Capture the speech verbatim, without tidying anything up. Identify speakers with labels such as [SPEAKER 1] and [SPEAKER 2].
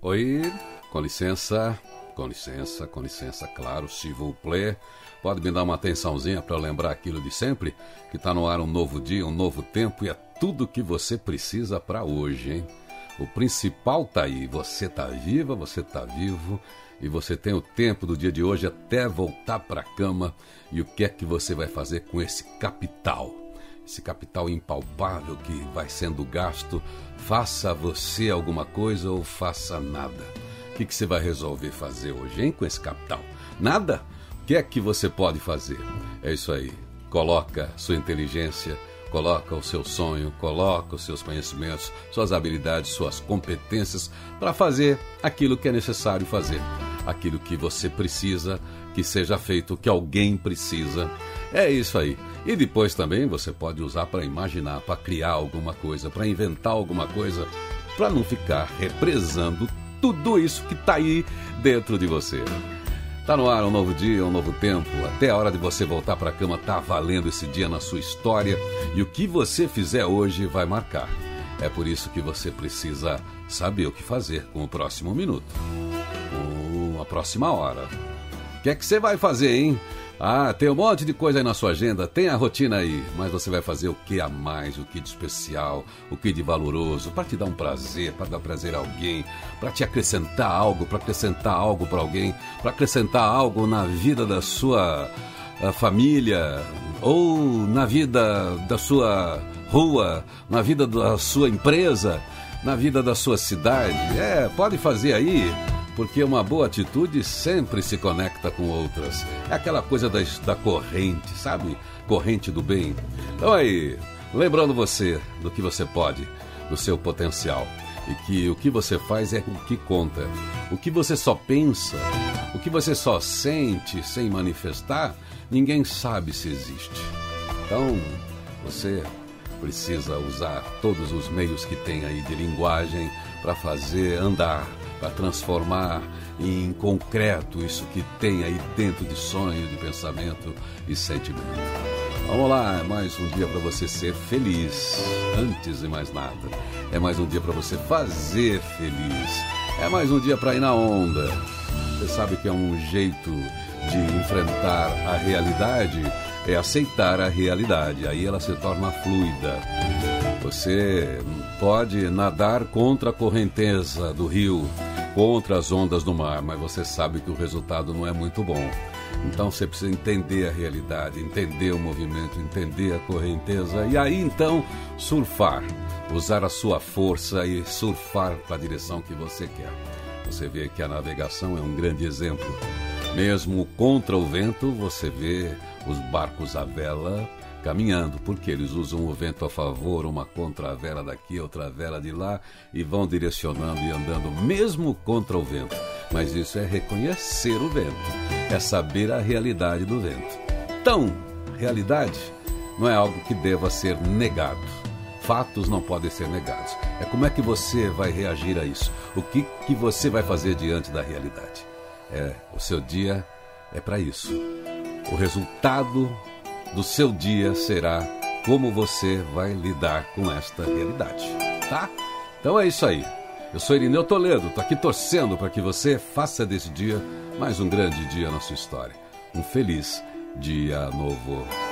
[SPEAKER 1] Oi, com licença, com licença, com licença, claro, s'il vous plaît. Pode me dar uma atençãozinha para eu lembrar aquilo de sempre? Que tá no ar um novo dia, um novo tempo e é tudo que você precisa para hoje, hein? O principal tá aí, você tá viva, você tá vivo e você tem o tempo do dia de hoje até voltar para a cama. E o que é que você vai fazer com esse capital? Esse capital impalpável que vai sendo gasto, faça você alguma coisa ou faça nada. O que, que você vai resolver fazer hoje, hein, com esse capital? Nada? O que é que você pode fazer? É isso aí, coloca sua inteligência, coloca o seu sonho, coloca os seus conhecimentos, suas habilidades, suas competências para fazer aquilo que é necessário fazer. Aquilo que você precisa que seja feito, que alguém precisa. É isso aí. E depois também você pode usar para imaginar, para criar alguma coisa, para inventar alguma coisa, para não ficar represando tudo isso que está aí dentro de você. Tá no ar um novo dia, um novo tempo. Até a hora de você voltar para a cama, tá valendo esse dia na sua história. E o que você fizer hoje vai marcar. É por isso que você precisa saber o que fazer com o próximo minuto, com a próxima hora. O que é que você vai fazer, hein? Ah, tem um monte de coisa aí na sua agenda, tem a rotina aí, mas você vai fazer o que a mais, o que de especial, o que de valoroso, para te dar um prazer, para dar prazer a alguém, para te acrescentar algo, para acrescentar algo para alguém, para acrescentar algo na vida da sua família, ou na vida da sua rua, na vida da sua empresa, na vida da sua cidade. É, pode fazer aí. Porque uma boa atitude sempre se conecta com outras. É aquela coisa da, da corrente, sabe? Corrente do bem. Então aí, lembrando você do que você pode, do seu potencial. E que o que você faz é o que conta. O que você só pensa, o que você só sente sem manifestar, ninguém sabe se existe. Então, você precisa usar todos os meios que tem aí de linguagem para fazer andar, para transformar em concreto isso que tem aí dentro de sonho, de pensamento e sentimento. Vamos lá, é mais um dia para você ser feliz, antes de mais nada. É mais um dia para você fazer feliz. É mais um dia para ir na onda. Você sabe que é um jeito de enfrentar a realidade, é aceitar a realidade, aí ela se torna fluida. Você pode nadar contra a correnteza do rio, contra as ondas do mar, mas você sabe que o resultado não é muito bom. Então você precisa entender a realidade, entender o movimento, entender a correnteza e aí então surfar, usar a sua força e surfar para a direção que você quer. Você vê que a navegação é um grande exemplo. Mesmo contra o vento, você vê os barcos à vela caminhando, porque eles usam o vento a favor, uma contra a vela daqui, outra vela de lá, e vão direcionando e andando mesmo contra o vento. Mas isso é reconhecer o vento, é saber a realidade do vento. Então, realidade não é algo que deva ser negado. Fatos não podem ser negados. É como é que você vai reagir a isso. O que, que você vai fazer diante da realidade. É, o seu dia é para isso. O resultado do seu dia será como você vai lidar com esta realidade, tá? Então é isso aí. Eu sou Irineu Toledo, tô aqui torcendo para que você faça desse dia mais um grande dia na sua história. Um feliz dia novo.